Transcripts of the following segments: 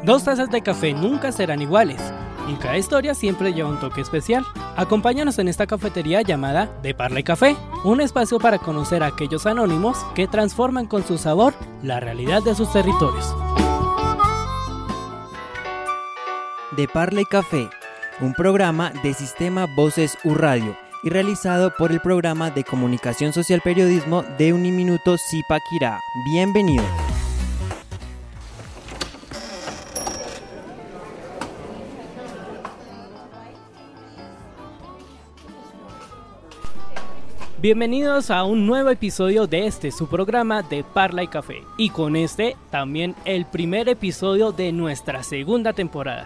Dos tazas de café nunca serán iguales, y cada historia siempre lleva un toque especial. Acompáñanos en esta cafetería llamada De Parla Café, un espacio para conocer a aquellos anónimos que transforman con su sabor la realidad de sus territorios. De Parla Café, un programa de Sistema Voces U Radio y realizado por el Programa de Comunicación Social Periodismo de Uniminuto Zipaquirá. Bienvenido. Bienvenidos a un nuevo episodio de su programa de Parla y Café, y con también el primer episodio de nuestra segunda temporada.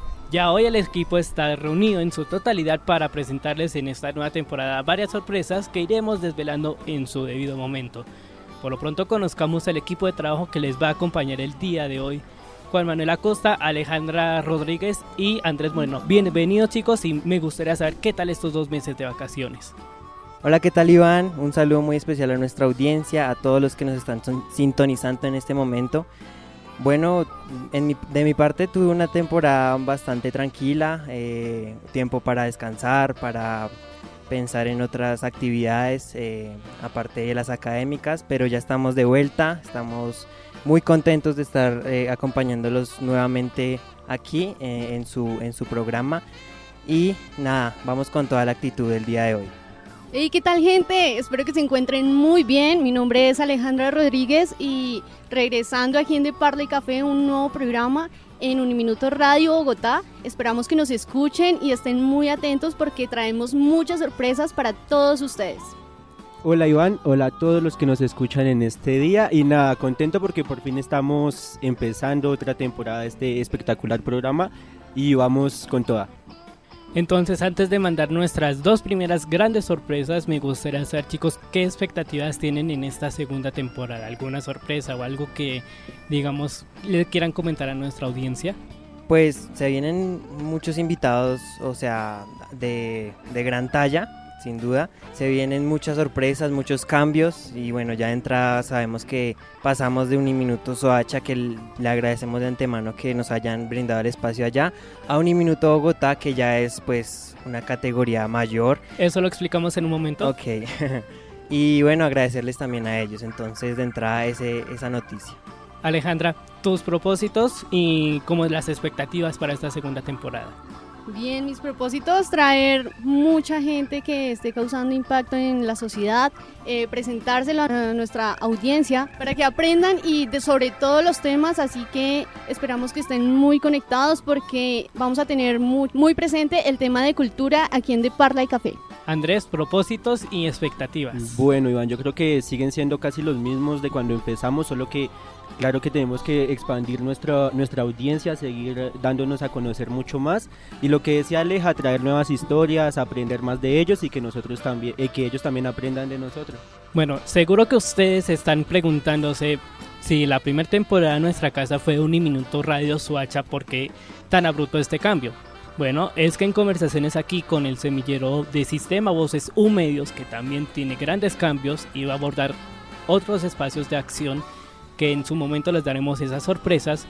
Ya hoy el equipo está reunido en su totalidad para presentarles en esta nueva temporada varias sorpresas que iremos desvelando en su debido momento. Por lo pronto conozcamos el equipo de trabajo que les va a acompañar el día de hoy: Juan Manuel Acosta, Alejandra Rodríguez y Andrés Moreno. Bienvenidos, chicos, y me gustaría saber qué tal estos 2 meses de vacaciones. Hola, ¿qué tal, Iván? Un saludo muy especial a nuestra audiencia, a todos los que nos están sintonizando en este momento. Bueno, de mi parte tuve una temporada bastante tranquila, tiempo para descansar, para pensar en otras actividades, aparte de las académicas, pero ya estamos de vuelta, estamos muy contentos de estar acompañándolos nuevamente aquí en su programa. Y nada, vamos con toda la actitud del día de hoy. Hey, ¿qué tal, gente? Espero que se encuentren muy bien. Mi nombre es Alejandra Rodríguez y regresando aquí en De Parla y Café, un nuevo programa en Uniminuto Radio Bogotá. Esperamos que nos escuchen y estén muy atentos porque traemos muchas sorpresas para todos ustedes. Hola, Iván, hola a todos los que nos escuchan en este día y nada, contento porque por fin estamos empezando otra temporada de este espectacular programa y vamos con toda. Entonces, antes de mandar nuestras 2 primeras grandes sorpresas, me gustaría saber, chicos, qué expectativas tienen en esta segunda temporada. ¿Alguna sorpresa o algo que, digamos, le quieran comentar a nuestra audiencia? Pues se vienen muchos invitados, o sea, de gran talla, sin duda. Se vienen muchas sorpresas, muchos cambios y bueno, ya de entrada sabemos que pasamos de Uniminuto Soacha, que le agradecemos de antemano que nos hayan brindado el espacio allá, a Uniminuto Bogotá, que ya es pues una categoría mayor. Eso lo explicamos en un momento. Ok. Y bueno, agradecerles también a ellos, entonces de entrada esa noticia. Alejandra, tus propósitos y cómo las expectativas para esta segunda temporada. Bien, mis propósitos: traer mucha gente que esté causando impacto en la sociedad, presentárselo a nuestra audiencia para que aprendan y sobre todos los temas, así que esperamos que estén muy conectados porque vamos a tener muy presente el tema de cultura aquí en De Parla y Café. Andrés, propósitos y expectativas. Bueno, Iván, yo creo que siguen siendo casi los mismos de cuando empezamos, solo que claro que tenemos que expandir nuestra audiencia, seguir dándonos a conocer mucho más y lo que decía Aleja, traer nuevas historias, aprender más de ellos y que nosotros también, que ellos también aprendan de nosotros. Bueno, seguro que ustedes están preguntándose si la primera temporada de nuestra casa fue Uniminuto Radio Soacha, ¿por qué tan abrupto este cambio? Bueno, es que en conversaciones aquí con el semillero de Sistema Voces U Medios, que también tiene grandes cambios y va a abordar otros espacios de acción que en su momento les daremos esas sorpresas,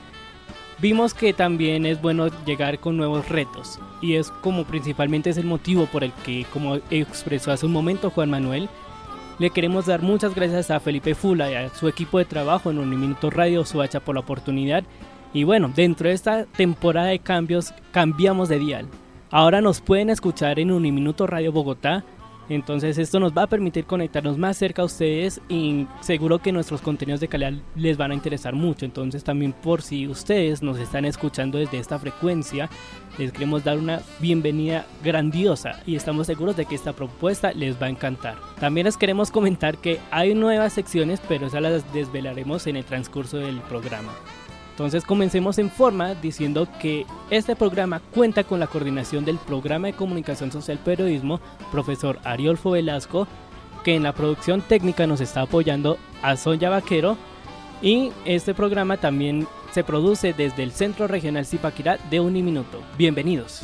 vimos que también es bueno llegar con nuevos retos y es como principalmente es el motivo por el que, como expresó hace un momento Juan Manuel, le queremos dar muchas gracias a Felipe Fula y a su equipo de trabajo en Uniminuto Radio Soacha por la oportunidad. Y bueno, dentro de esta temporada de cambios, cambiamos de dial. Ahora nos pueden escuchar en Uniminuto Radio Bogotá. Entonces esto nos va a permitir conectarnos más cerca a ustedes y seguro que nuestros contenidos de calidad les van a interesar mucho. Entonces también, por si ustedes nos están escuchando desde esta frecuencia, les queremos dar una bienvenida grandiosa y estamos seguros de que esta propuesta les va a encantar. También les queremos comentar que hay nuevas secciones, pero esas las desvelaremos en el transcurso del programa. Entonces comencemos en forma diciendo que este programa cuenta con la coordinación del Programa de Comunicación Social Periodismo, profesor Ariolfo Velasco, que en la producción técnica nos está apoyando a Sonia Vaquero, y este programa también se produce desde el Centro Regional Zipaquirá de Uniminuto. Bienvenidos.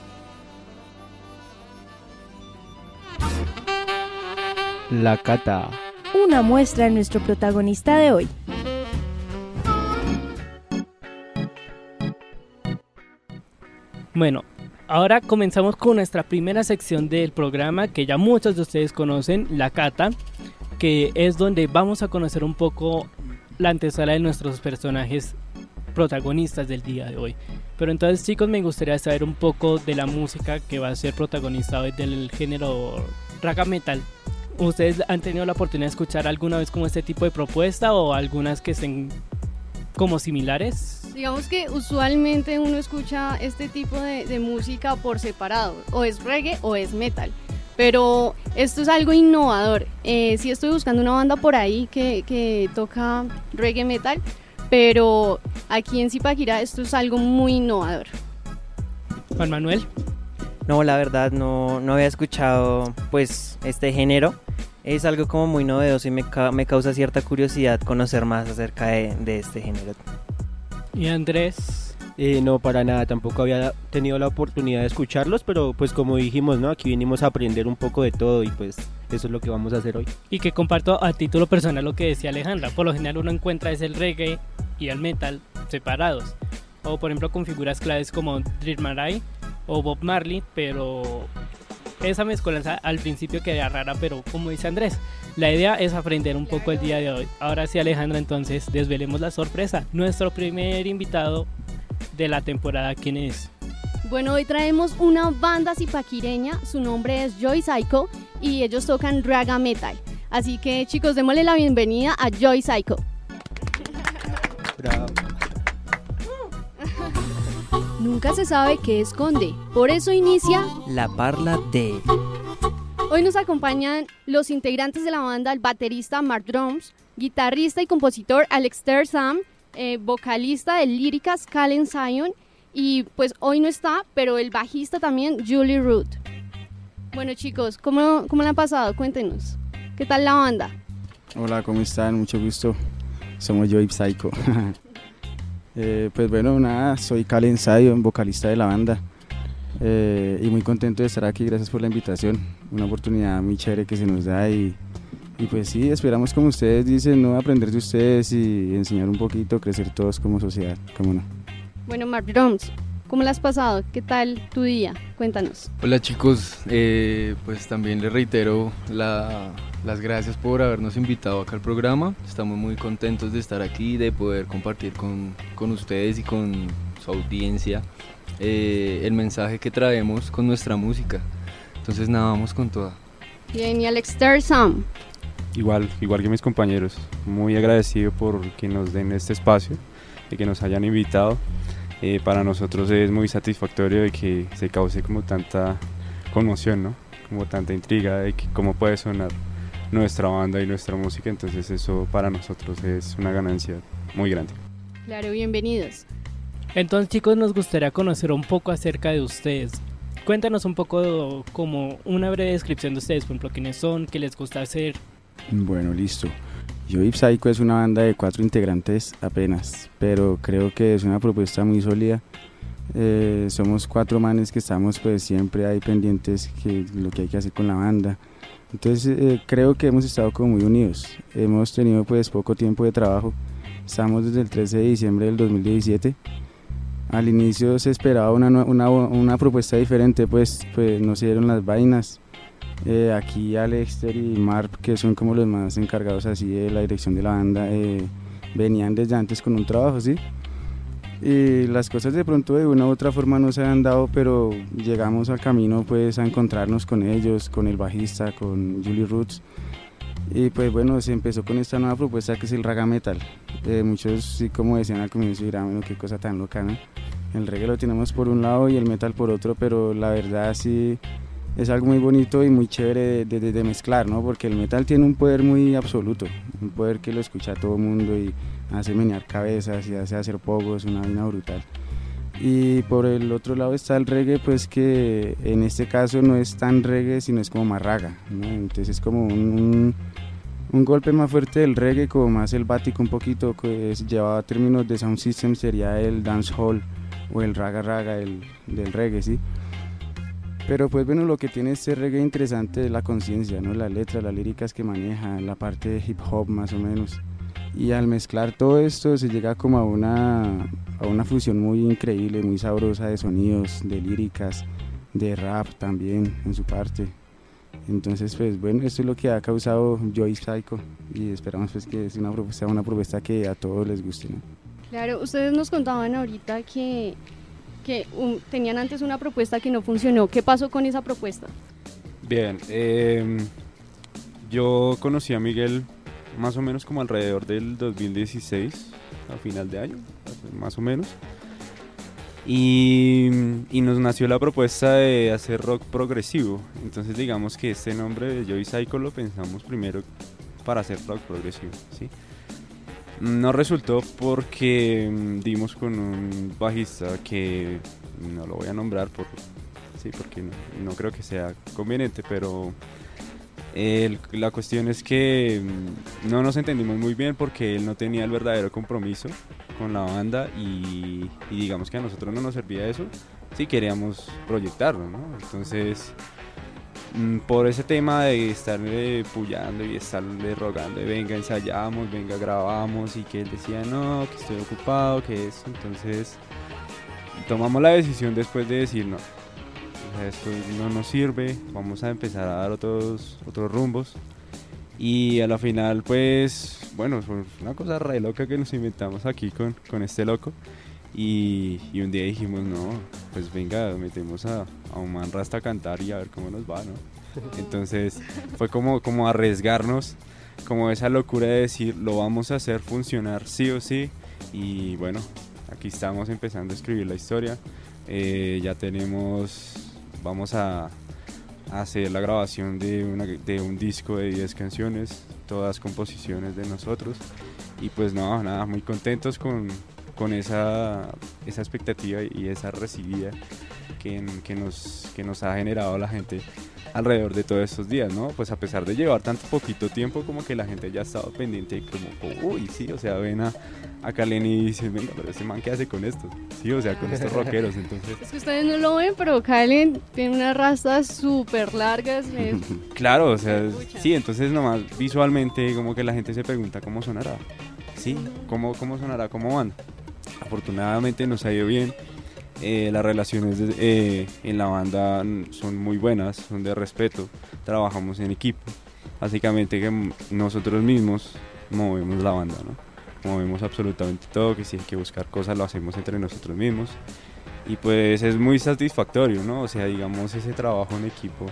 La Cata. Una muestra de nuestro protagonista de hoy. Bueno, ahora comenzamos con nuestra primera sección del programa que ya muchos de ustedes conocen, la cata, que es donde vamos a conocer un poco la antesala de nuestros personajes protagonistas del día de hoy. Pero entonces, chicos, me gustaría saber un poco de la música que va a ser protagonista hoy del género raga metal. ¿Ustedes han tenido la oportunidad de escuchar alguna vez como este tipo de propuesta o algunas que estén como similares? Digamos que usualmente uno escucha este tipo de música por separado, o es reggae o es metal, pero esto es algo innovador. Sí estoy buscando una banda por ahí que toca reggae metal, pero aquí en Zipaquirá esto es algo muy innovador. Juan Manuel. No, la verdad no había escuchado pues este género. Es algo como muy novedoso y me causa cierta curiosidad conocer más acerca de este género. ¿Y Andrés? No, para nada, tampoco había tenido la oportunidad de escucharlos, pero pues como dijimos, ¿no? Aquí vinimos a aprender un poco de todo y pues eso es lo que vamos a hacer hoy. Y que comparto a título personal lo que decía Alejandra. Por lo general uno encuentra es el reggae y el metal separados. O por ejemplo con figuras claves como Dread Marai o Bob Marley, pero esa mezcolanza al principio queda rara, pero como dice Andrés, la idea es aprender un poco el día de hoy. Ahora sí, Alejandra, entonces desvelemos la sorpresa. Nuestro primer invitado de la temporada, ¿quién es? Bueno, hoy traemos una banda zipaquireña, su nombre es Joy Psycho y ellos tocan raga metal. Así que chicos, démosle la bienvenida a Joy Psycho. Bravo. Nunca se sabe qué esconde, por eso inicia La Parla de... Hoy nos acompañan los integrantes de la banda, el baterista Mark Drums, guitarrista y compositor Alex Tersam, vocalista de Líricas Calen Zion y pues hoy no está, pero el bajista también Julie Root. Bueno chicos, ¿cómo le han pasado? Cuéntenos, ¿qué tal la banda? Hola, ¿cómo están? Mucho gusto, somos Joy Psycho. Pues bueno, nada, soy Calen Zion, vocalista de la banda. Y muy contento de estar aquí, gracias por la invitación, una oportunidad muy chévere que se nos da y pues sí, esperamos como ustedes dicen, ¿no? Aprender de ustedes y enseñar un poquito, crecer todos como sociedad, ¿cómo no? Bueno, Mark Drums, ¿cómo le has pasado? ¿Qué tal tu día? Cuéntanos. Hola chicos, pues también les reitero las gracias por habernos invitado acá al programa. Estamos muy contentos de estar aquí, de poder compartir con ustedes y con su audiencia el mensaje que traemos con nuestra música. Entonces nada, vamos con toda. Bien, y Alex Tersam. Igual que mis compañeros, muy agradecido por que nos den este espacio, de que nos hayan invitado. Para nosotros es muy satisfactorio de que se cause como tanta conmoción, ¿no? Como tanta intriga de que cómo puede sonar nuestra banda y nuestra música, entonces eso para nosotros es una ganancia muy grande. Claro, bienvenidos. Entonces chicos, nos gustaría conocer un poco acerca de ustedes. Cuéntanos un poco como una breve descripción de ustedes, por ejemplo, quiénes son, qué les gusta hacer. Bueno, listo. Joy Psycho es una banda de 4 integrantes apenas, pero creo que es una propuesta muy sólida. Somos 4 manes que estamos pues siempre ahí pendientes que lo que hay que hacer con la banda. Entonces creo que hemos estado como muy unidos. Hemos tenido pues poco tiempo de trabajo. Estamos desde el 13 de diciembre del 2017. Al inicio se esperaba una propuesta diferente, pues no se dieron las vainas. Aquí Alexter y Mark, que son como los más encargados así de la dirección de la banda, venían desde antes con un trabajo, ¿sí? Y las cosas de pronto de una u otra forma no se habían dado, pero llegamos al camino pues a encontrarnos con ellos, con el bajista, con Julie Roots. Y pues bueno, se empezó con esta nueva propuesta que es el raga metal. Muchos sí, como decían al comienzo, dirán, bueno, qué cosa tan loca, ¿no? El reggae lo tenemos por un lado y el metal por otro, pero la verdad sí es algo muy bonito y muy chévere de mezclar, ¿no? Porque el metal tiene un poder muy absoluto, un poder que lo escucha todo el mundo y hace menear cabezas y hace hacer pogos, una vaina brutal. Y por el otro lado está el reggae, pues que en este caso no es tan reggae, sino es como más raga, ¿no? Entonces es como un golpe más fuerte del reggae, como más selvático un poquito, que llevado a términos de sound system sería el dancehall o el raga del reggae, ¿sí? Pero pues bueno, lo que tiene este reggae interesante es la conciencia, ¿no? La letra, las líricas que maneja, la parte de hip hop más o menos. y al mezclar todo esto se llega como a una fusión muy increíble, muy sabrosa de sonidos, de líricas, de rap también en su parte. Entonces pues bueno, esto es lo que ha causado Joy Psycho y esperamos pues que es una propuesta que a todos les guste, ¿no? Claro, ustedes nos contaban ahorita que tenían antes una propuesta que no funcionó. ¿Qué pasó con esa propuesta? Bien, yo conocí a Miguel más o menos como alrededor del 2016, a final de año, más o menos. Y nos nació la propuesta de hacer rock progresivo. Entonces digamos que este nombre de Joy Psycho lo pensamos primero para hacer rock progresivo, ¿sí? No resultó porque dimos con un bajista que no lo voy a nombrar porque no creo que sea conveniente, pero la cuestión es que no nos entendimos muy bien porque él no tenía el verdadero compromiso con la banda y digamos que a nosotros no nos servía eso si queríamos proyectarlo, ¿no? Entonces por ese tema de estarle pullando y estarle rogando de venga ensayamos, venga grabamos, y que él decía no, que estoy ocupado, que eso, entonces tomamos la decisión después de decir no, esto no nos sirve, vamos a empezar a dar otros rumbos. Y a la final pues bueno, fue una cosa re loca que nos inventamos aquí con este loco. Y un día dijimos, no, pues venga, metemos a un man rasta a cantar y a ver cómo nos va, ¿no? Entonces fue como arriesgarnos, como esa locura de decir, lo vamos a hacer funcionar sí o sí. Y bueno, aquí estamos empezando a escribir la historia. Ya vamos a hacer la grabación de un disco de 10 canciones, todas composiciones de nosotros. Y pues no, nada, muy contentos con esa expectativa y esa recibida que nos ha generado la gente alrededor de todos estos días, ¿no? Pues a pesar de llevar tanto poquito tiempo, como que la gente ya ha estado pendiente y como, uy, sí, o sea, ven a Calen y dicen, venga, pero ese man, ¿qué hace con esto? Sí, o sea, con estos rockeros, entonces... Es que ustedes no lo ven, pero Calen tiene unas rastas súper largas. Claro, o sea, sí, entonces nomás visualmente como que la gente se pregunta cómo sonará, ¿sí? ¿Cómo sonará como banda? Afortunadamente nos ha ido bien. Las relaciones en la banda son muy buenas, son de respeto, trabajamos en equipo, básicamente que nosotros mismos movemos la banda, ¿no? Movemos absolutamente todo, que si hay que buscar cosas lo hacemos entre nosotros mismos y pues es muy satisfactorio, ¿no? O sea, digamos, ese trabajo en equipo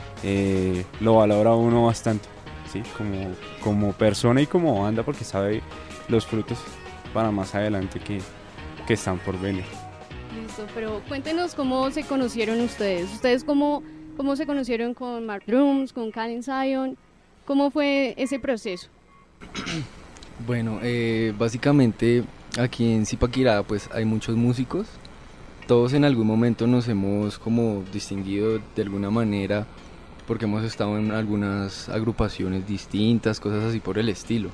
lo valora uno bastante, ¿sí? Como persona y como banda, porque sabe los frutos para más adelante que están por venir. Listo, pero cuéntenos cómo se conocieron ustedes. ¿Ustedes cómo se conocieron con Mark Drums, con Calen Zion? ¿Cómo fue ese proceso? Bueno, básicamente aquí en Zipaquirá pues hay muchos músicos. Todos en algún momento nos hemos como distinguido de alguna manera porque hemos estado en algunas agrupaciones distintas, cosas así por el estilo.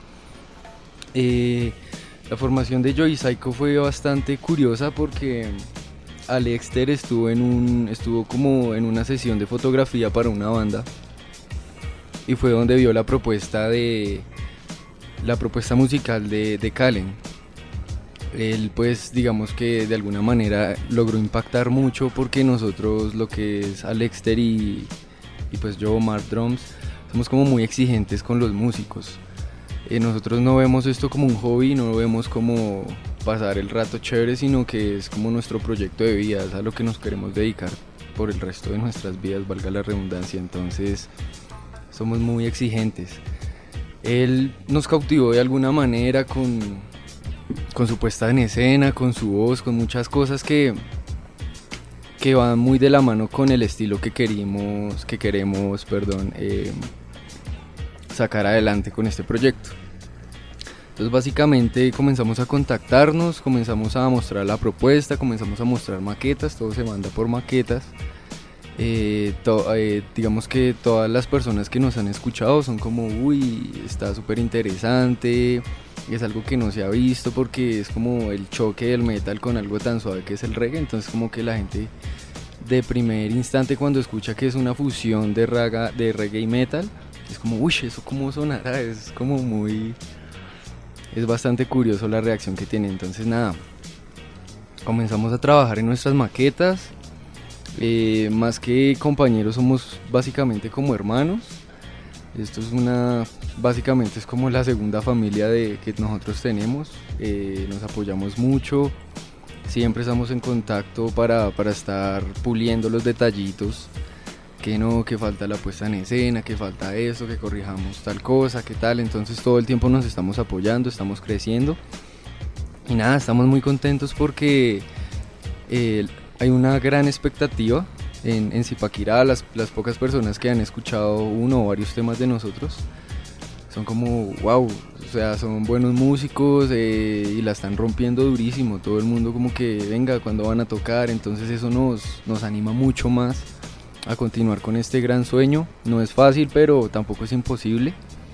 La formación de Joy Psycho fue bastante curiosa porque Alexter estuvo como en una sesión de fotografía para una banda y fue donde vio la propuesta musical de Calen. Él pues digamos que de alguna manera logró impactar mucho porque nosotros, lo que es Alexter y pues yo, Mark Drums, somos como muy exigentes con los músicos. Nosotros no vemos esto como un hobby, no lo vemos como pasar el rato chévere, sino que es como nuestro proyecto de vida, es a lo que nos queremos dedicar por el resto de nuestras vidas, valga la redundancia. Entonces somos muy exigentes. Él nos cautivó de alguna manera con su puesta en escena, con su voz, con muchas cosas que van muy de la mano con el estilo que queremos sacar adelante con este proyecto. Entonces básicamente comenzamos a contactarnos, comenzamos a mostrar la propuesta, comenzamos a mostrar maquetas, todo se manda por maquetas. Digamos que todas las personas que nos han escuchado son como, uy, está súper interesante, es algo que no se ha visto porque es como el choque del metal con algo tan suave que es el reggae. Entonces como que la gente de primer instante cuando escucha que es una fusión de reggae y metal, es como, uy, ¿eso cómo sonará? Es como muy es bastante curioso la reacción que tiene. Entonces nada, comenzamos a trabajar en nuestras maquetas. Más que compañeros somos básicamente como hermanos. Esto es básicamente es como la segunda familia que nosotros tenemos. Nos apoyamos mucho, siempre estamos en contacto para estar puliendo los detallitos, que falta la puesta en escena, que falta esto, que corrijamos tal cosa, que tal. Entonces todo el tiempo nos estamos apoyando, estamos creciendo y nada, estamos muy contentos porque hay una gran expectativa en Zipaquirá. Las pocas personas que han escuchado uno o varios temas de nosotros son como wow, o sea, son buenos músicos y la están rompiendo durísimo. Todo el mundo como que venga, ¿cuándo van a tocar? Entonces eso nos anima mucho más a continuar con este gran sueño. No es fácil, pero tampoco es imposible.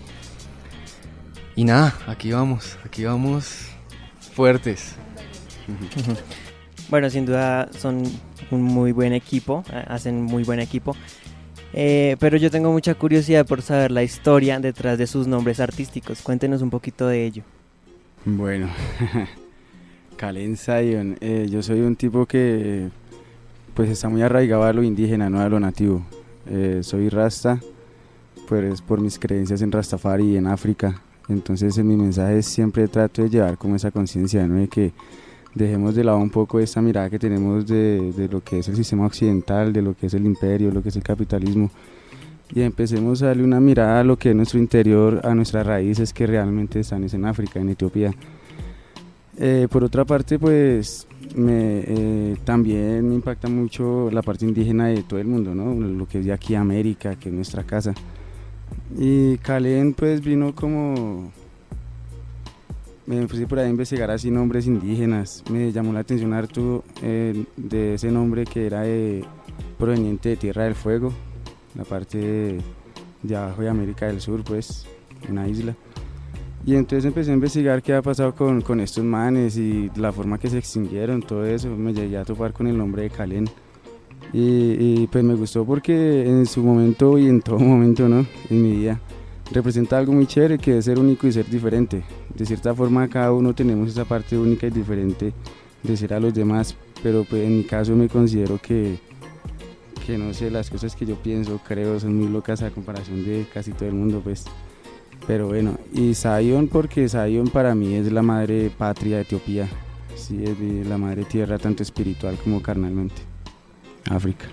Y nada, aquí vamos fuertes. Bueno, sin duda son un muy buen equipo, hacen muy buen equipo. Pero yo tengo mucha curiosidad por saber la historia detrás de sus nombres artísticos. Cuéntenos un poquito de ello. Bueno, Kalen Zion, yo soy un tipo que pues está muy arraigado a lo indígena, no a lo nativo. Soy rasta, pues por mis creencias en Rastafari y en África. Entonces en mi mensaje siempre trato de llevar como esa conciencia, ¿no? De que dejemos de lado un poco esta mirada que tenemos de lo que es el sistema occidental, de lo que es el imperio, lo que es el capitalismo, y empecemos a darle una mirada a lo que es nuestro interior, a nuestras raíces que realmente están en África, en Etiopía. Por otra parte, pues también me impacta mucho la parte indígena de todo el mundo, ¿no? Lo que es de aquí América, que es nuestra casa. Y Kalen pues vino como... Me puse por ahí a investigar así nombres indígenas. Me llamó la atención harto de ese nombre que era proveniente de Tierra del Fuego, la parte de abajo de América del Sur, pues, una isla. Y entonces empecé a investigar qué ha pasado con estos manes y la forma que se extinguieron, todo eso. Me llegué a topar con el nombre de Kalen. Y pues me gustó porque en su momento y en todo momento, ¿no? En mi vida representa algo muy chévere, que es ser único y ser diferente. De cierta forma cada uno tenemos esa parte única y diferente de ser a los demás, pero pues en mi caso me considero que no sé, las cosas que yo pienso, creo, son muy locas a comparación de casi todo el mundo, pues. Pero bueno, y Zion, porque Zion para mí es la madre patria de Etiopía, sí, es la madre tierra tanto espiritual como carnalmente, África.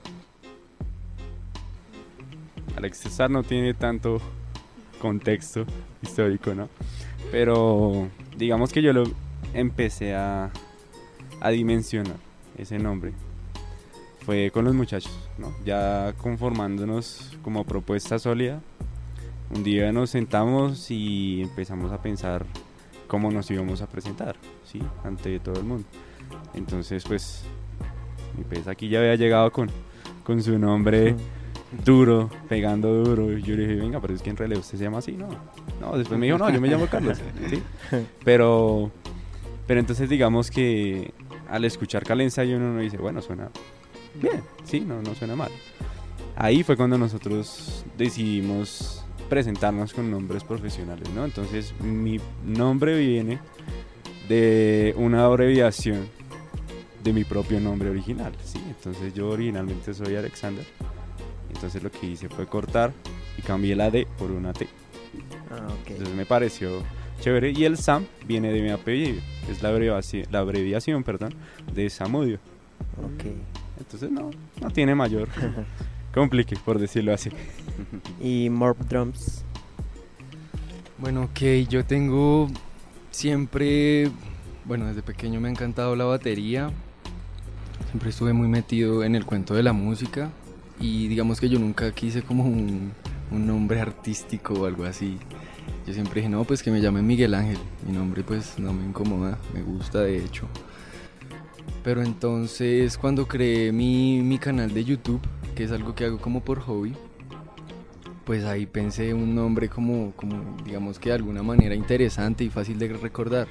Alex César no tiene tanto contexto histórico, ¿no? Pero digamos que yo lo empecé a dimensionar ese nombre. Fue con los muchachos, ¿no? Ya conformándonos como propuesta sólida. Un día nos sentamos y empezamos a pensar cómo nos íbamos a presentar, ¿sí? Ante todo el mundo. Entonces, pues aquí ya había llegado con su nombre duro, pegando duro. Y yo le dije, venga, pero es que en realidad usted se llama así, ¿no? No, después me dijo, no, yo me llamo Carlos, ¿sí? Pero entonces digamos que al escuchar Kalen Zion uno dice, bueno, suena bien, sí, no suena mal. Ahí fue cuando nosotros decidimos presentarnos con nombres profesionales, ¿no? Entonces mi nombre viene de una abreviación de mi propio nombre original, ¿sí? Entonces yo originalmente soy Alexander. Entonces lo que hice fue cortar y cambié la D por una T. Okay. Entonces me pareció chévere. Y el Sam viene de mi apellido. Es la abreviación, de Samudio. Okay. Entonces no tiene mayor complique, por decirlo así. ¿Y Morph Drums? Bueno, yo tengo siempre... Bueno, desde pequeño me ha encantado la batería. Siempre estuve muy metido en el cuento de la música. Y digamos que yo nunca quise como un nombre artístico o algo así. Yo siempre dije, no, pues que me llamen Miguel Ángel. Mi nombre pues no me incomoda, me gusta de hecho. Pero entonces cuando creé mi canal de YouTube, que es algo que hago como por hobby, pues ahí pensé un nombre como digamos que de alguna manera interesante y fácil de recordar.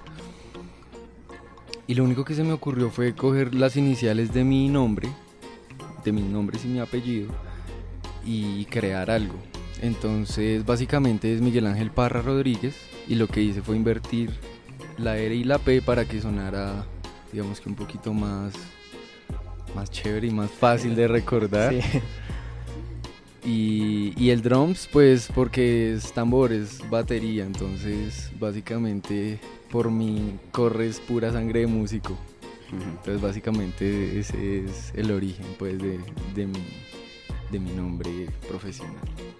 Y lo único que se me ocurrió fue coger las iniciales de mi nombre, de mis nombres y mi apellido, y crear algo. Entonces básicamente es Miguel Ángel Parra Rodríguez, y lo que hice fue invertir la R y la P para que sonara, digamos que un poquito más chévere y más fácil de recordar. Sí. Y el drums, pues porque es tambor, es batería, entonces básicamente por mí corre pura sangre de músico. Entonces básicamente ese es el origen, pues, de mi nombre profesional.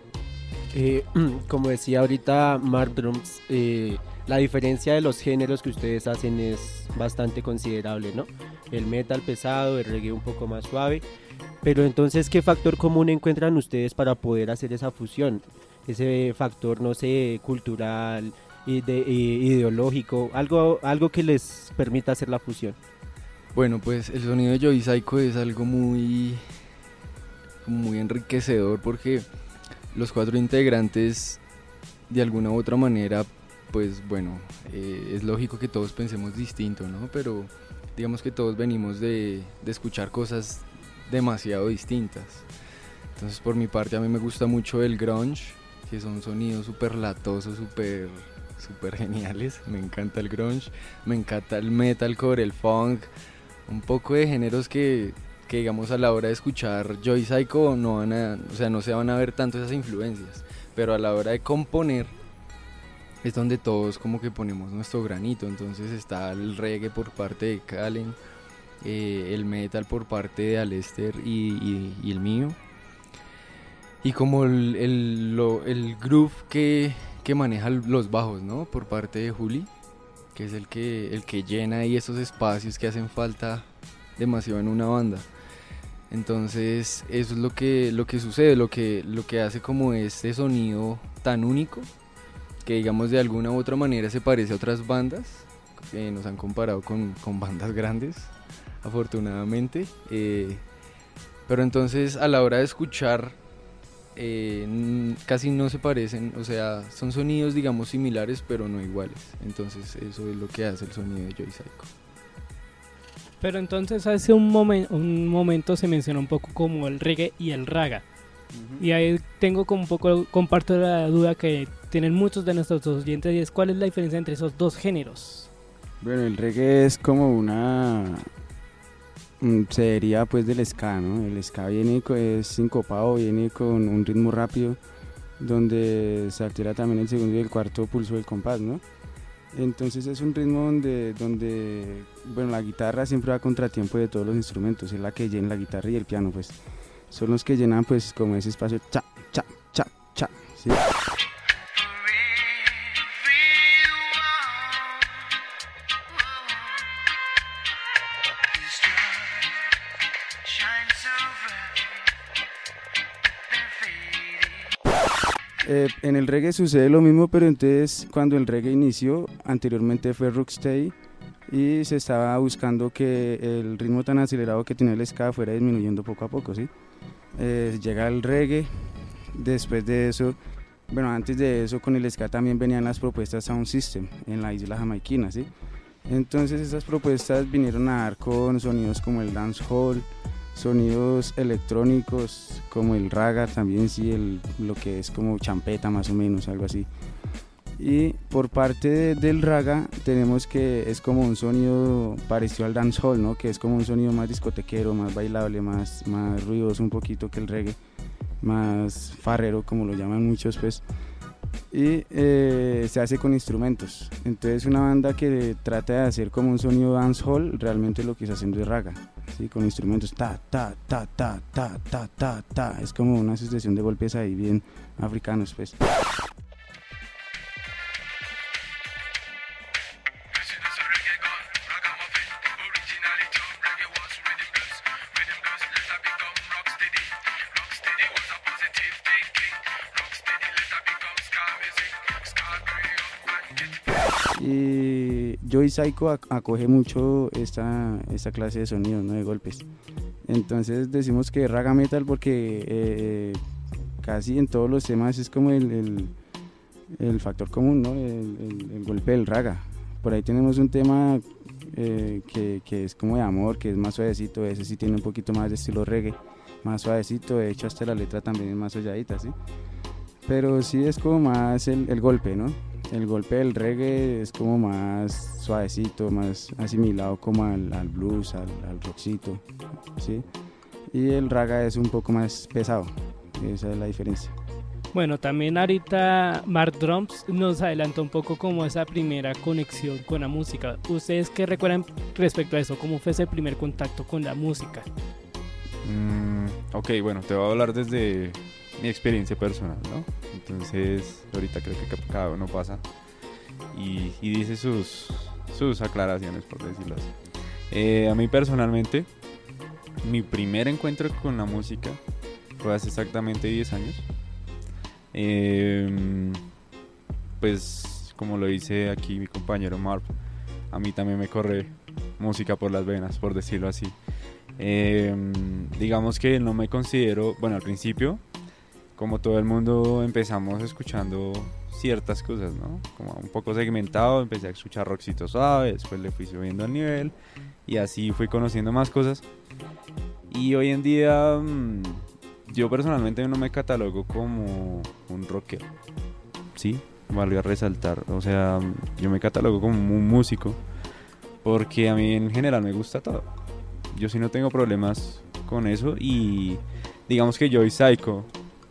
Como decía ahorita Mark Drums, la diferencia de los géneros que ustedes hacen es bastante considerable, ¿no? El metal pesado, el reggae un poco más suave. Pero entonces, ¿qué factor común encuentran ustedes para poder hacer esa fusión? Ese factor, no sé, cultural, ideológico, algo que les permita hacer la fusión. Bueno, pues el sonido de Joy Psycho es algo muy enriquecedor porque los 4 integrantes, de alguna u otra manera, pues bueno, es lógico que todos pensemos distinto, ¿no? Pero digamos que todos venimos de escuchar cosas demasiado distintas. Entonces, por mi parte, a mí me gusta mucho el grunge, que son sonidos súper latosos, súper geniales. Me encanta el grunge, me encanta el metalcore, el funk, un poco de géneros que digamos a la hora de escuchar Joy Psycho no se van a ver tanto esas influencias, pero a la hora de componer es donde todos como que ponemos nuestro granito. Entonces está el reggae por parte de Calen, el metal por parte de Alester y el mío, y como el groove que maneja los bajos, ¿no? Por parte de Juli, que es el que llena ahí esos espacios que hacen falta demasiado en una banda. Entonces eso es lo que sucede, lo que hace como este sonido tan único, que digamos de alguna u otra manera se parece a otras bandas, que nos han comparado con bandas grandes, afortunadamente, pero entonces a la hora de escuchar casi no se parecen, o sea, son sonidos digamos similares pero no iguales. Entonces eso es lo que hace el sonido de Joy Psycho. Pero entonces hace un momento se mencionó un poco como el reggae y el raga. Y ahí tengo como un poco, comparto la duda que tienen muchos de nuestros oyentes, y es ¿cuál es la diferencia entre esos dos géneros? Bueno, el reggae es como se deriva pues del ska, ¿no? El ska es sincopado, viene con un ritmo rápido, donde se altera también el segundo y el cuarto pulso del compás, ¿no? Entonces es un ritmo donde bueno, la guitarra siempre va a contratiempo de todos los instrumentos, es la que llena la guitarra y el piano, pues son los que llenan pues como ese espacio cha, cha, cha, cha, ¿sí? En el reggae sucede lo mismo, pero entonces cuando el reggae inició, anteriormente fue rocksteady y se estaba buscando que el ritmo tan acelerado que tenía el ska fuera disminuyendo poco a poco, ¿sí? Llega el reggae, después de eso, bueno, antes de eso con el ska también venían las propuestas Sound System en la isla jamaiquina, ¿sí? Entonces esas propuestas vinieron a dar con sonidos como el dancehall, sonidos electrónicos como el raga también, sí, lo que es como champeta más o menos, algo así. Y por parte del raga tenemos que es como un sonido parecido al dancehall, ¿no? Que es como un sonido más discotequero, más bailable, más ruidoso un poquito que el reggae, más farrero como lo llaman muchos, pues. Y se hace con instrumentos. Entonces una banda que trata de hacer como un sonido dancehall realmente lo que está haciendo es raga, ¿sí? Con instrumentos ta ta ta ta ta ta ta ta, es como una sucesión de golpes ahí bien africanos, pues. Y Joy Psycho acoge mucho esta clase de sonidos, ¿no? De golpes. Entonces decimos que raga metal porque casi en todos los temas es como el factor común, ¿no? El golpe del raga. Por ahí tenemos un tema que es como de amor, que es más suavecito, ese sí tiene un poquito más de estilo reggae, más suavecito, de hecho hasta la letra también es más holladita, ¿sí? Pero sí es como más el golpe, ¿no? El golpe del reggae es como más suavecito, más asimilado como al blues, al rockcito, ¿sí? Y el raga es un poco más pesado, esa es la diferencia. Bueno, también ahorita Mark Drums nos adelantó un poco como esa primera conexión con la música. ¿Ustedes qué recuerdan respecto a eso? ¿Cómo fue ese primer contacto con la música? Ok, bueno, te voy a hablar desde mi experiencia personal, ¿no? Entonces, ahorita creo que cada uno pasa y dice sus aclaraciones, por decirlo así. A mí personalmente, mi primer encuentro con la música fue hace exactamente 10 años. Pues como lo dice aquí mi compañero Marv, a mí también me corre música por las venas, por decirlo así. Digamos que no me considero, bueno, al principio, como todo el mundo, empezamos escuchando ciertas cosas, ¿no? Como un poco segmentado, empecé a escuchar rockcito suave, después le fui subiendo el nivel y así fui conociendo más cosas. Y hoy en día yo personalmente no me catalogo como un rockero, sí, valga resaltar, o sea, yo me catalogo como un músico porque a mí en general me gusta todo. Yo sí no tengo problemas con eso y digamos que Joy Psycho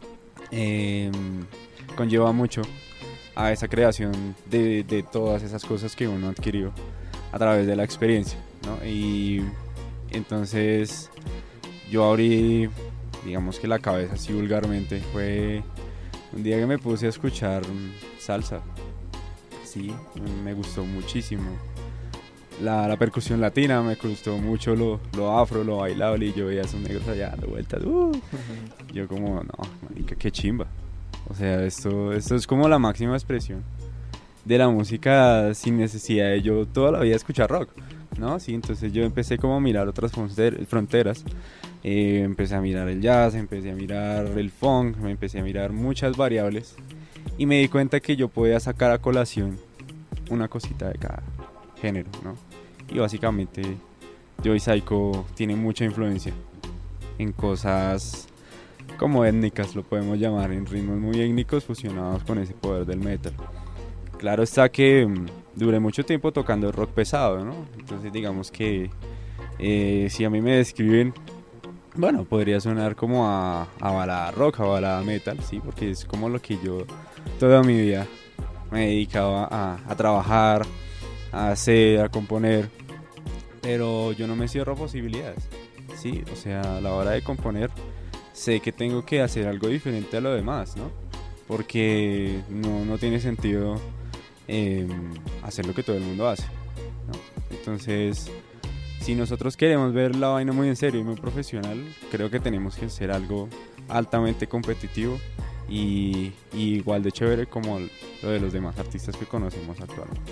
conlleva mucho a esa creación de todas esas cosas que uno adquirió a través de la experiencia, ¿no? Y entonces yo abrí, digamos que la cabeza así vulgarmente, fue un día que me puse a escuchar salsa, sí, me gustó muchísimo. La percusión latina me gustó mucho, lo afro, lo bailable, y yo veía a esos negros allá dando vueltas. Yo como, no, marica, qué chimba. O sea, esto es como la máxima expresión de la música sin necesidad de yo toda la vida escuchar rock, ¿no? Sí, entonces yo empecé como a mirar otras fronteras. Empecé a mirar el jazz, empecé a mirar el funk, me empecé a mirar muchas variables y me di cuenta que yo podía sacar a colación una cosita de cada género, ¿no? Y básicamente Joy Psycho tiene mucha influencia en cosas como étnicas, lo podemos llamar, en ritmos muy étnicos fusionados con ese poder del metal. Claro está que duré mucho tiempo tocando rock pesado, ¿no? Entonces digamos que si a mí me describen, bueno, podría sonar como a balada rock, a balada metal, sí, porque es como lo que yo toda mi vida me he dedicado a trabajar, a hacer, a componer, pero yo no me cierro posibilidades, sí, o sea, a la hora de componer sé que tengo que hacer algo diferente a lo demás, ¿no? Porque no tiene sentido hacer lo que todo el mundo hace, ¿no? Entonces, si nosotros queremos ver la vaina muy en serio y muy profesional, creo que tenemos que hacer algo altamente competitivo y igual de chévere como lo de los demás artistas que conocemos actualmente.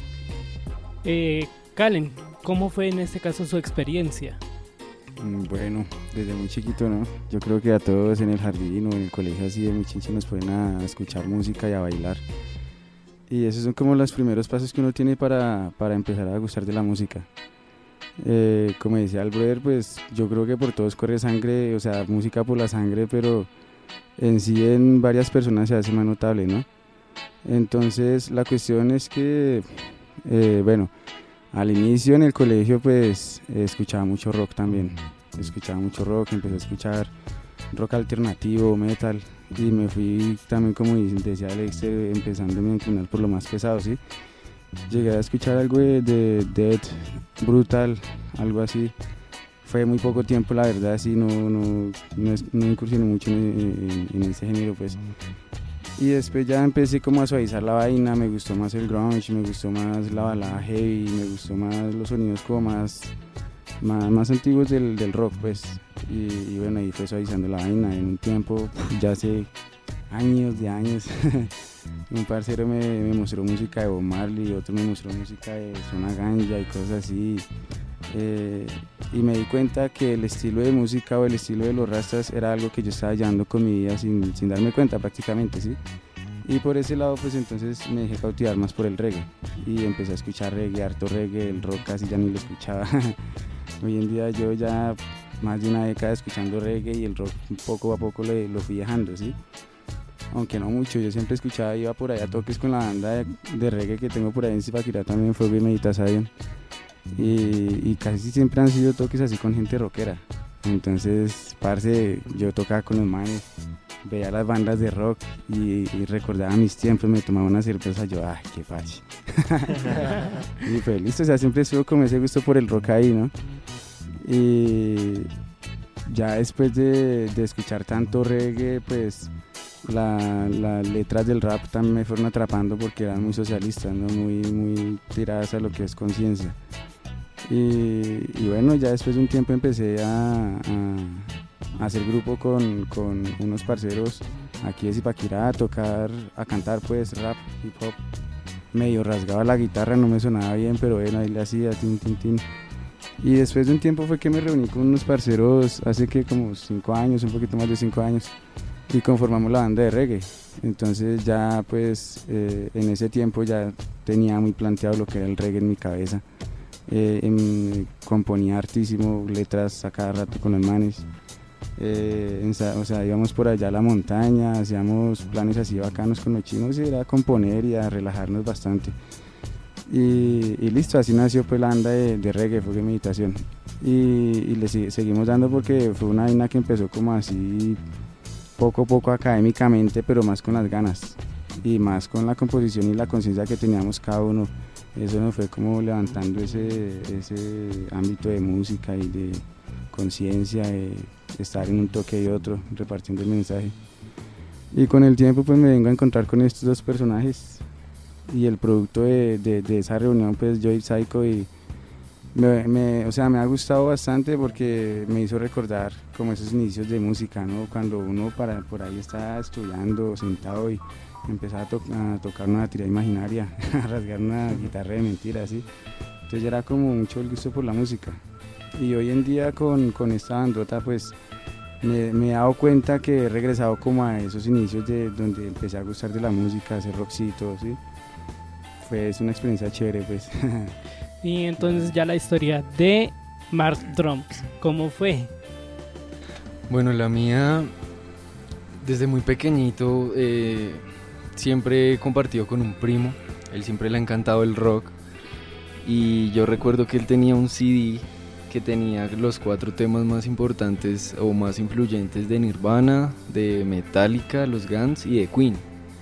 Calen, ¿cómo fue en este caso su experiencia? Bueno, desde muy chiquito, ¿no? Yo creo que a todos en el jardín o en el colegio así de muy chinche nos ponen a escuchar música y a bailar. Y esos son como los primeros pasos que uno tiene para empezar a gustar de la música. Como decía el brother, pues yo creo que por todos corre sangre, o sea, música por la sangre, pero en sí en varias personas se hace más notable, ¿no? Entonces la cuestión es que, bueno, al inicio en el colegio pues escuchaba mucho rock también, empecé a escuchar rock alternativo, metal, y me fui también, como decía Alex, empezándome a inclinar por lo más pesado, ¿sí? Llegué a escuchar algo de Death, Brutal, algo así. Fue muy poco tiempo, la verdad, sí, no incursioné mucho en ese género, pues. Y después ya empecé como a suavizar la vaina, me gustó más el grunge, me gustó más la balada heavy, me gustó más los sonidos como más antiguos del rock, pues. Y bueno, ahí fue suavizando la vaina. En un tiempo, ya hace años, un parcero me mostró música de Bob Marley, otro me mostró música de Zona Ganja y cosas así. Y me di cuenta que el estilo de música o el estilo de los rastas era algo que yo estaba llevando con mi vida sin darme cuenta prácticamente, ¿sí? Y por ese lado pues entonces me dejé cautivar más por el reggae y empecé a escuchar reggae, harto reggae, el rock casi ya ni lo escuchaba. Hoy en día yo ya más de una década escuchando reggae y el rock poco a poco lo fui dejando, ¿sí? aunque no mucho. Yo siempre escuchaba, iba por allá a toques con la banda de reggae que tengo por ahí en Zipaquirá también, Fuego y Meditación. Y casi siempre han sido toques así con gente rockera. Entonces, parce, yo tocaba con los manes, veía las bandas de rock y recordaba mis tiempos, me tomaba una cerveza, yo, ay, qué fachi. Y pues listo, o sea, siempre estuvo con ese gusto por el rock ahí, ¿no? Y ya después de escuchar tanto reggae, pues las letras del rap también me fueron atrapando porque eran muy socialistas, ¿no? Muy tiradas a lo que es conciencia. Y bueno, ya después de un tiempo empecé a hacer grupo con unos parceros aquí de Zipaquirá, a cantar pues rap, hip hop. Medio rasgaba la guitarra, no me sonaba bien, pero bueno, ahí le hacía tin tin tin. Y después de un tiempo fue que me reuní con unos parceros hace que como 5 años, un poquito más de 5 años, y conformamos la banda de reggae. Entonces ya pues en ese tiempo ya tenía muy planteado lo que era el reggae en mi cabeza. Componía hartísimo, letras a cada rato con los manes. O sea, íbamos por allá a la montaña, hacíamos planes así bacanos con los chinos y era a componer y a relajarnos bastante. Y listo, así nació pues la banda de reggae, Fuego y Meditación. Y le seguimos dando porque fue una vaina que empezó como así poco a poco académicamente, pero más con las ganas y más con la composición y la conciencia que teníamos cada uno. Eso nos fue como levantando ese ámbito de música y de conciencia, de estar en un toque y otro, repartiendo el mensaje. Y con el tiempo pues me vengo a encontrar con estos dos personajes y el producto de esa reunión pues yo y Psycho, y me ha gustado bastante porque me hizo recordar como esos inicios de música, ¿no? Cuando uno por ahí está estudiando, sentado y empezaba a tocar una batería imaginaria, a rasgar una guitarra de mentira, así. Entonces ya era como mucho el gusto por la música. Y hoy en día con esta bandota pues me he dado cuenta que he regresado como a esos inicios de donde empecé a gustar de la música, hacer rockcito, ¿sí? Es una experiencia chévere pues. Y entonces ya la historia de Mark Drums, ¿cómo fue? Bueno, la mía, desde muy pequeñito, siempre he compartido con un primo. Él siempre le ha encantado el rock. Y yo recuerdo que él tenía un CD que tenía los 4 temas más importantes o más influyentes de Nirvana, de Metallica, los Guns y de Queen.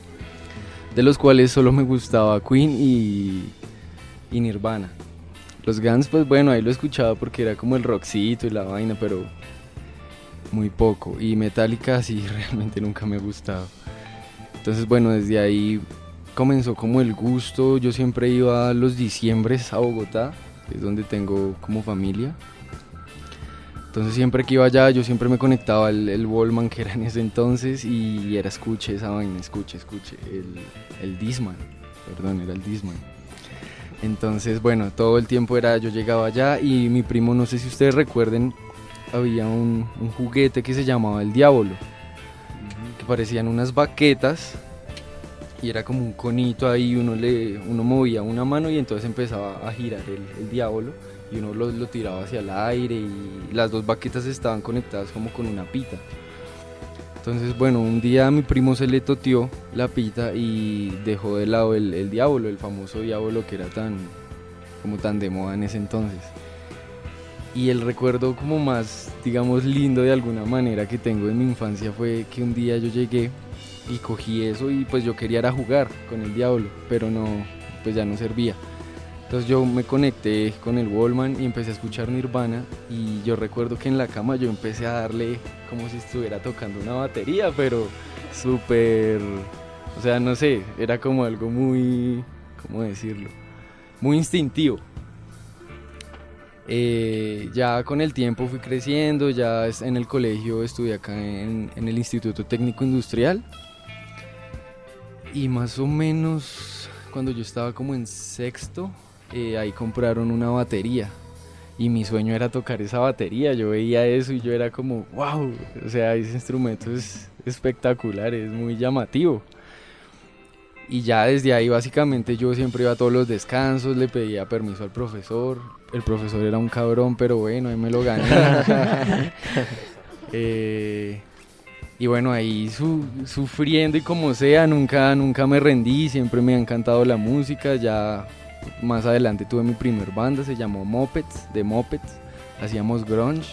De los cuales solo me gustaba Queen y Nirvana. Los Guns, pues bueno, ahí lo escuchaba porque era como el rockcito y la vaina, pero muy poco. Y Metallica sí, realmente nunca me ha gustado. Entonces bueno, desde ahí comenzó como el gusto. Yo siempre iba a los diciembres a Bogotá, que es donde tengo como familia. Entonces siempre que iba allá yo siempre me conectaba al Walkman que era en ese entonces y era escuche esa vaina, escuche, el Discman, perdón, era el Discman. Entonces bueno, todo el tiempo yo llegaba allá y mi primo, no sé si ustedes recuerden, había un juguete que se llamaba el Diablo, que parecían unas baquetas y era como un conito ahí, uno movía una mano y entonces empezaba a girar el Diablo y uno lo tiraba hacia el aire y las 2 baquetas estaban conectadas como con una pita. Entonces bueno, un día a mi primo se le toteó la pita y dejó de lado el Diablo, el famoso Diablo que era tan de moda en ese entonces. Y el recuerdo como más, digamos, lindo de alguna manera que tengo en mi infancia fue que un día yo llegué y cogí eso y pues yo quería ir a jugar con el Diablo, pero no, pues ya no servía. Entonces yo me conecté con el Walkman y empecé a escuchar Nirvana y yo recuerdo que en la cama yo empecé a darle como si estuviera tocando una batería, pero súper, o sea, no sé, era como algo muy, ¿cómo decirlo? Muy instintivo. Ya con el tiempo fui creciendo, ya en el colegio estudié acá en el Instituto Técnico Industrial y más o menos cuando yo estaba como en sexto, ahí compraron una batería y mi sueño era tocar esa batería. Yo veía eso y yo era como wow, o sea, ese instrumento es espectacular, es muy llamativo. Y ya desde ahí básicamente yo siempre iba a todos los descansos, le pedía permiso al profesor. El profesor era un cabrón, pero bueno, ahí me lo gané. Y bueno, ahí sufriendo y como sea, nunca me rendí, siempre me ha encantado la música. Ya más adelante tuve mi primer banda, se llamó Mopeds, de Mopeds, hacíamos grunge.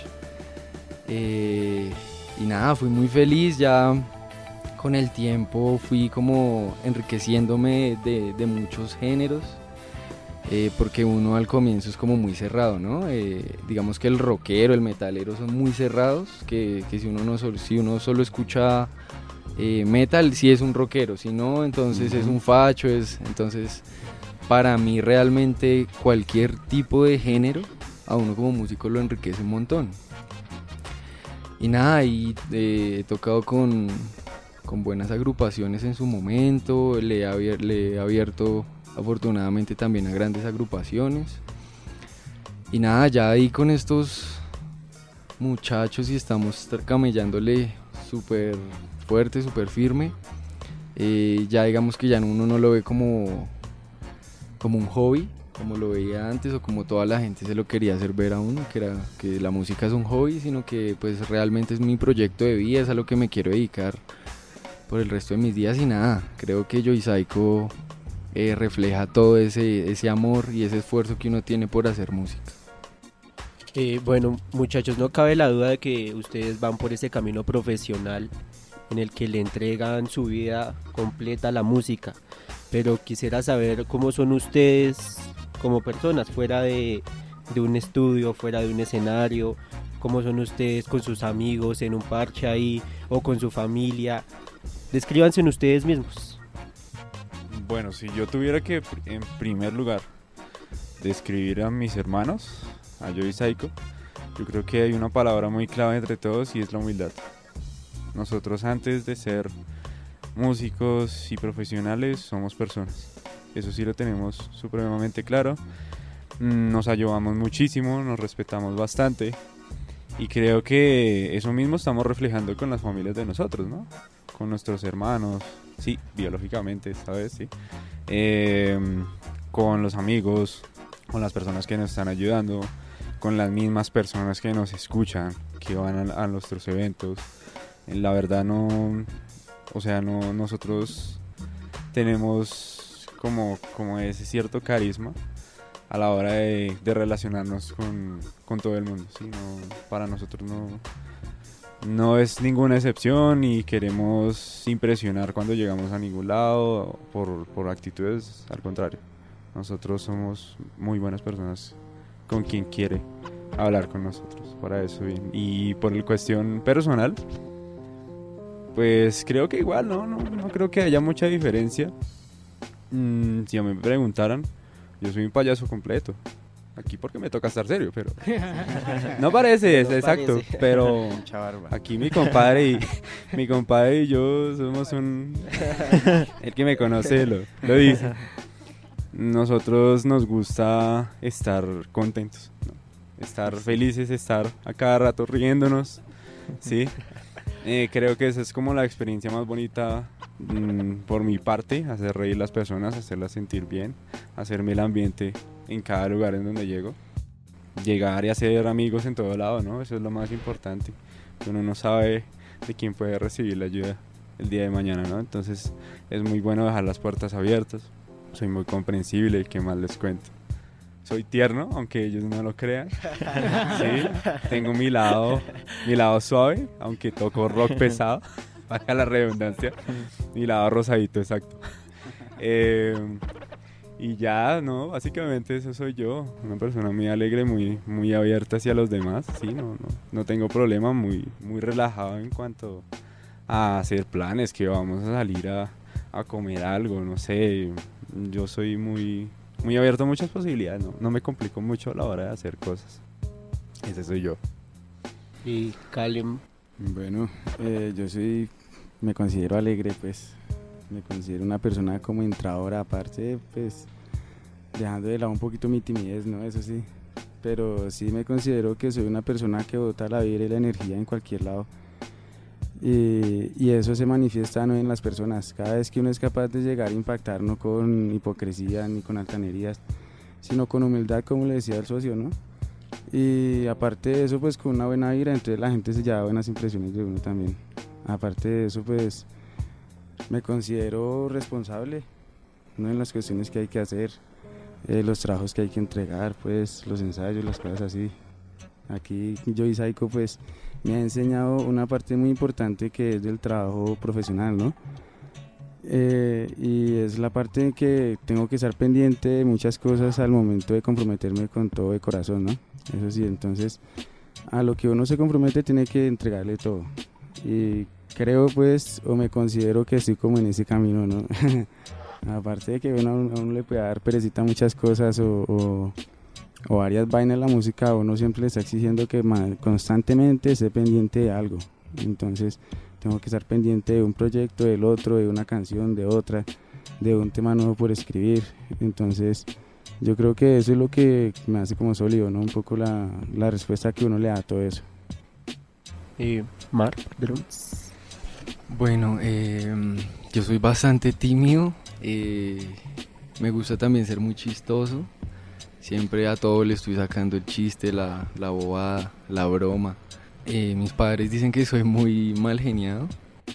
Y nada, fui muy feliz, ya con el tiempo fui como enriqueciéndome de muchos géneros. Porque uno al comienzo es como muy cerrado, ¿no? Digamos que el rockero, el metalero son muy cerrados, que si uno solo escucha metal, sí es un rockero, si no, entonces es un facho, entonces para mí realmente cualquier tipo de género a uno como músico lo enriquece un montón. Y nada, y he tocado con buenas agrupaciones en su momento, le he abierto afortunadamente también a grandes agrupaciones. Y nada, ya ahí con estos muchachos y estamos camellándole súper fuerte, súper firme. Ya digamos que ya uno no lo ve como un hobby, como lo veía antes o como toda la gente se lo quería hacer ver a uno, que la música es un hobby, sino que pues realmente es mi proyecto de vida, es a lo que me quiero dedicar por el resto de mis días. Y nada, creo que Joy Psycho refleja todo ese amor y ese esfuerzo que uno tiene por hacer música. Bueno, muchachos, no cabe la duda de que ustedes van por ese camino profesional en el que le entregan su vida completa a la música, pero quisiera saber cómo son ustedes como personas, fuera de un estudio, fuera de un escenario, cómo son ustedes con sus amigos en un parche ahí o con su familia. Descríbanse en ustedes mismos. Bueno, si yo tuviera que, en primer lugar, describir a mis hermanos, a Joy Psycho, yo creo que hay una palabra muy clave entre todos y es la humildad. Nosotros, antes de ser músicos y profesionales, somos personas. Eso sí lo tenemos supremamente claro. Nos ayudamos muchísimo, nos respetamos bastante y creo que eso mismo estamos reflejando con las familias de nosotros, ¿no? Con nuestros hermanos, sí, biológicamente, ¿sabes? Sí. Con los amigos, con las personas que nos están ayudando, con las mismas personas que nos escuchan, que van a nuestros eventos. La verdad nosotros tenemos como ese cierto carisma a la hora de relacionarnos con todo el mundo, ¿sí? Para nosotros no es ninguna excepción y queremos impresionar cuando llegamos a ningún lado por actitudes, al contrario. Nosotros somos muy buenas personas con quien quiere hablar con nosotros, para eso bien. Y por el cuestión personal, pues creo que igual, no creo que haya mucha diferencia. Si me preguntaran, yo soy un payaso completo. Aquí porque me toca estar serio, pero no parece, no exacto, parece. Pero aquí mi compadre y yo somos el que me conoce lo dice. Nosotros nos gusta estar contentos, ¿no? Estar felices, estar a cada rato riéndonos, ¿sí? Creo que esa es como la experiencia más bonita por mi parte, hacer reír a las personas, hacerlas sentir bien, hacerme el ambiente en cada lugar en donde llego, llegar y hacer amigos en todo lado, ¿no? Eso es lo más importante. Uno no sabe de quién puede recibir la ayuda el día de mañana, ¿no? Entonces es muy bueno dejar las puertas abiertas. Soy muy comprensible, ¿qué más les cuento? Soy tierno, aunque ellos no lo crean. Sí, tengo mi lado suave, aunque toco rock pesado, valga la redundancia. Mi lado rosadito, exacto. Y ya, no, básicamente eso soy yo, una persona muy alegre, muy abierta hacia los demás, sí, no tengo problema, muy relajado en cuanto a hacer planes, que vamos a salir a comer algo, no sé, yo soy muy abierto a muchas posibilidades, no me complico mucho a la hora de hacer cosas, ese soy yo. ¿Y Callum? Bueno, me considero alegre, pues. Me considero una persona como entradora, aparte, pues, dejando de lado un poquito mi timidez, ¿no? Eso sí. Pero sí me considero que soy una persona que bota la vida y la energía en cualquier lado. Y eso se manifiesta, ¿no?, en las personas. Cada vez que uno es capaz de llegar a impactar, no con hipocresía ni con altanerías, sino con humildad, como le decía el socio, ¿no? Y aparte de eso, pues con una buena vibra, entonces la gente se lleva buenas impresiones de uno también. Aparte de eso, pues me considero responsable, ¿no? En las cuestiones que hay que hacer, los trabajos que hay que entregar, pues los ensayos, las cosas así. Aquí Joey Psycho pues me ha enseñado una parte muy importante que es del trabajo profesional, ¿no? Y es la parte en que tengo que estar pendiente de muchas cosas al momento de comprometerme con todo de corazón, ¿no? Eso sí, entonces a lo que uno se compromete tiene que entregarle todo. Y creo pues, o me considero que estoy como en ese camino, ¿no? Aparte de que a uno le puede dar perecita muchas cosas o varias vainas en la música, uno siempre le está exigiendo que constantemente esté pendiente de algo. Entonces tengo que estar pendiente de un proyecto, del otro, de una canción, de otra, de un tema nuevo por escribir. Entonces yo creo que eso es lo que me hace como sólido, ¿no? Un poco la respuesta que uno le da a todo eso. Mark Drums. Bueno, yo soy bastante tímido, me gusta también ser muy chistoso, siempre a todo le estoy sacando el chiste, la bobada, la broma. Mis padres dicen que soy muy mal geniado,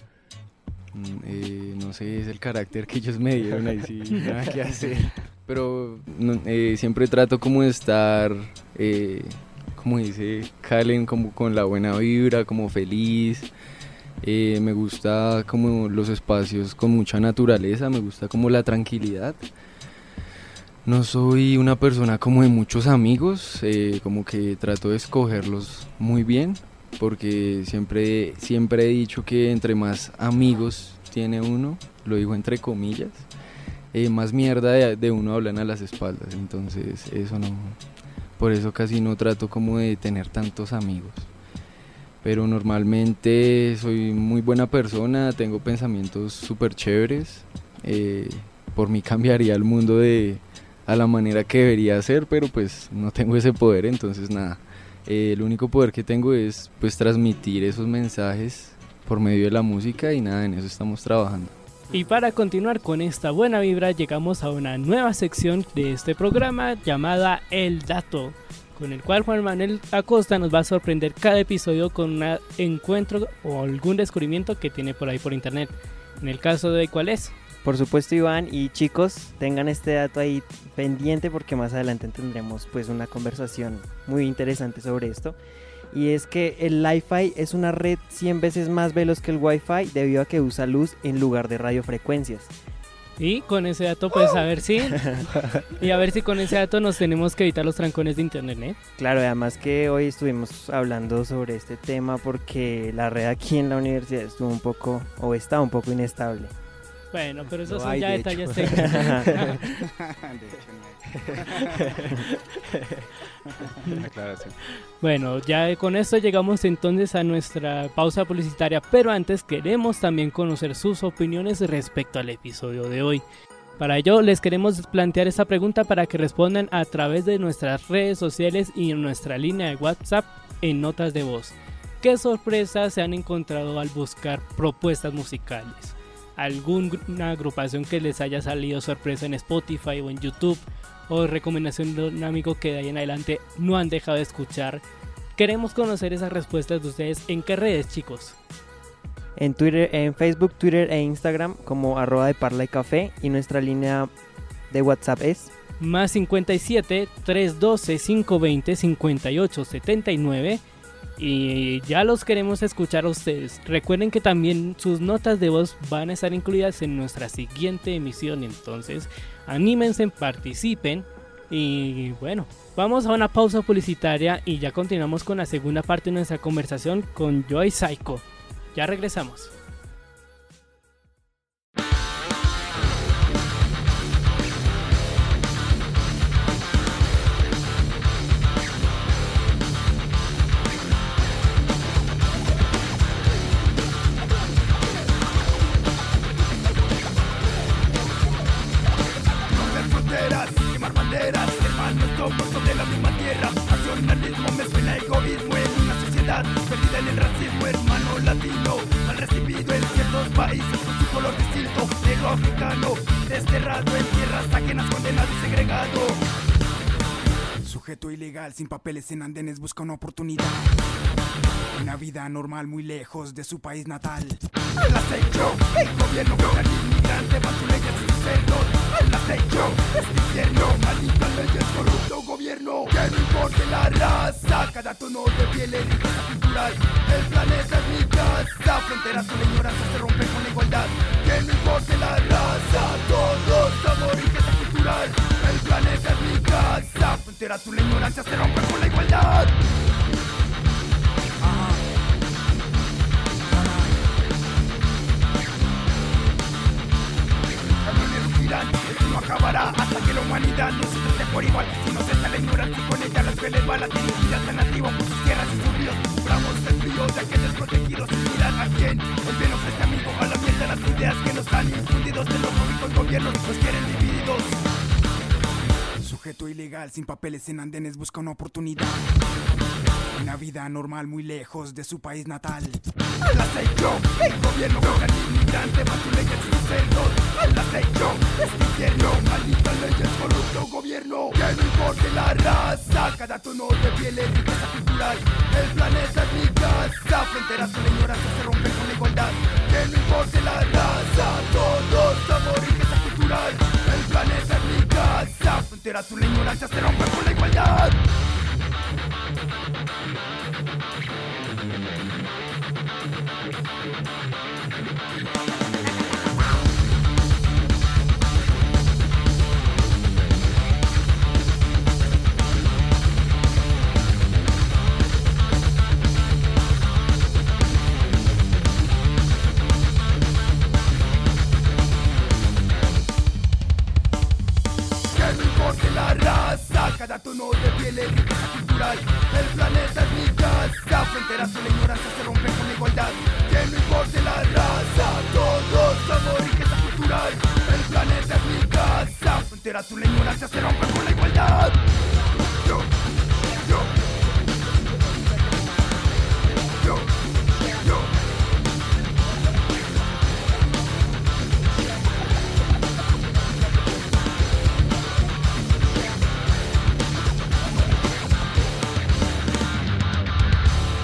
no sé, es el carácter que ellos me dieron, ahí sí, nada que hacer, pero siempre trato como de estar, como dice Kalen, como con la buena vibra, como feliz. Me gusta como los espacios con mucha naturaleza, me gusta como la tranquilidad. No soy una persona como de muchos amigos, como que trato de escogerlos muy bien, porque siempre he dicho que entre más amigos tiene uno, lo digo entre comillas, más mierda de uno hablan a las espaldas, entonces eso no, por eso casi no trato como de tener tantos amigos. Pero normalmente soy muy buena persona, tengo pensamientos súper chéveres, por mí cambiaría el mundo a la manera que debería ser, pero pues no tengo ese poder, entonces nada, el único poder que tengo es pues transmitir esos mensajes por medio de la música y nada, en eso estamos trabajando. Y para continuar con esta buena vibra llegamos a una nueva sección de este programa llamada El Dato, con el cual Juan Manuel Acosta nos va a sorprender cada episodio con un encuentro o algún descubrimiento que tiene por ahí por internet. En el caso de ¿cuál es? Por supuesto, Iván, y chicos, tengan este dato ahí pendiente porque más adelante tendremos pues una conversación muy interesante sobre esto. Y es que el Li-Fi es una red 100 veces más veloz que el Wi-Fi debido a que usa luz en lugar de radiofrecuencias. Y con ese dato pues a ver si con ese dato nos tenemos que evitar los trancones de internet, ¿eh? Claro, además que hoy estuvimos hablando sobre este tema porque la red aquí en la universidad está un poco inestable. Bueno, pero esos No son hay, ya de detalles hecho. técnicos. Aclaración. Bueno, ya con esto llegamos entonces a nuestra pausa publicitaria, pero antes queremos también conocer sus opiniones respecto al episodio de hoy. Para ello les queremos plantear esta pregunta para que respondan a través de nuestras redes sociales y en nuestra línea de WhatsApp en notas de voz. ¿Qué sorpresas se han encontrado al buscar propuestas musicales? ¿Alguna agrupación que les haya salido sorpresa en Spotify o en YouTube? ¿O recomendación de un amigo que de ahí en adelante no han dejado de escuchar? Queremos conocer esas respuestas de ustedes. ¿En qué redes, chicos? En Twitter, en Facebook, Twitter e Instagram como @deparlaycafé y nuestra línea de WhatsApp es Más 57 312 520 58 79. Y ya los queremos escuchar a ustedes. Recuerden que también sus notas de voz van a estar incluidas en nuestra siguiente emisión. Entonces, anímense, participen. Y bueno, vamos a una pausa publicitaria y ya continuamos con la segunda parte de nuestra conversación con Joey Psycho. Ya regresamos. Quemar banderas, hermanos somos de la misma tierra. Nacionalismo me suena egoísmo en una sociedad perdida en el racismo, hermano latino. Mal recibido Sujeto ilegal, sin papeles en andenes, busca una oportunidad. Una vida normal muy lejos de su país natal. El acecho, el gobierno que al inmigrante va sus leyes y sus cerdos. El acecho, este infierno, malditas leyes, corrupto gobierno. Que no importe la raza, cada tono de piel es riqueza cultural. El planeta es mi casa, fronteras con la ignorancia se rompen con la igualdad. Que no importe la raza, todos somos riqueza cultural. El planeta es mi casa, fronteras con la ignorancia se rompen con la igualdad. Esto no acabará hasta que la humanidad no se trate por igual. Si no se está la ignorancia y con ella las veles balas tienen vida alternativa por sus tierras y sus ríos. Suframos el frío de aquellos protegidos sin mirar a quién. El bien ofrece amigo a la mierda las ideas que nos han infundidos de los ricos gobiernos nos quieren divididos. Sujeto ilegal, sin papeles en andenes, busca una oportunidad. Una vida normal muy lejos de su país natal. El acecho, el gobierno contra el inmigrante, va sus leyes y sus cerdos. El acecho, este infierno, malditas leyes, corrupto gobierno. Que no importe la raza, cada tono de piel es riqueza cultural. El planeta es mi casa, fronteras con la ignorancia se rompen con la igualdad. Que no importe la raza, todos somos riqueza cultural. El planeta es mi casa, fronteras con la ignorancia se rompen con la igualdad. La raza, cada tono de piel es riqueza cultural. El planeta es mi casa, fronteras con la ignorancia se rompen con la igualdad. Que no importe la raza, todos somos riqueza cultural. El planeta es mi casa, fronteras con la ignorancia se rompen con la igualdad. Yo.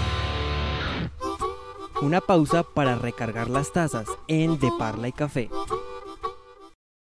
Una pausa para recargar las tazas en De Parla y Café.